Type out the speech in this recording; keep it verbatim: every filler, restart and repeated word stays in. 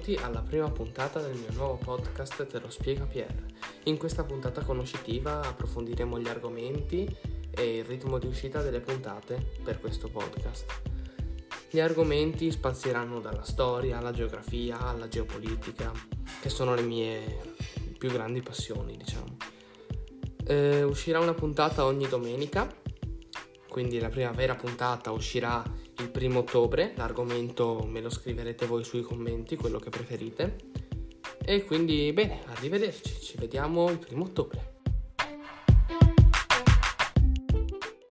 benvenuti alla prima puntata del mio nuovo podcast Te lo spiega Pier. In questa puntata conoscitiva approfondiremo gli argomenti e il ritmo di uscita delle puntate per questo podcast. Gli argomenti spazieranno dalla storia alla geografia alla geopolitica, che sono le mie più grandi passioni, diciamo. Eh, uscirà una puntata ogni domenica, quindi la prima vera puntata uscirà il primo ottobre, l'argomento me lo scriverete voi sui commenti, quello che preferite. E quindi bene, arrivederci, ci vediamo il primo ottobre.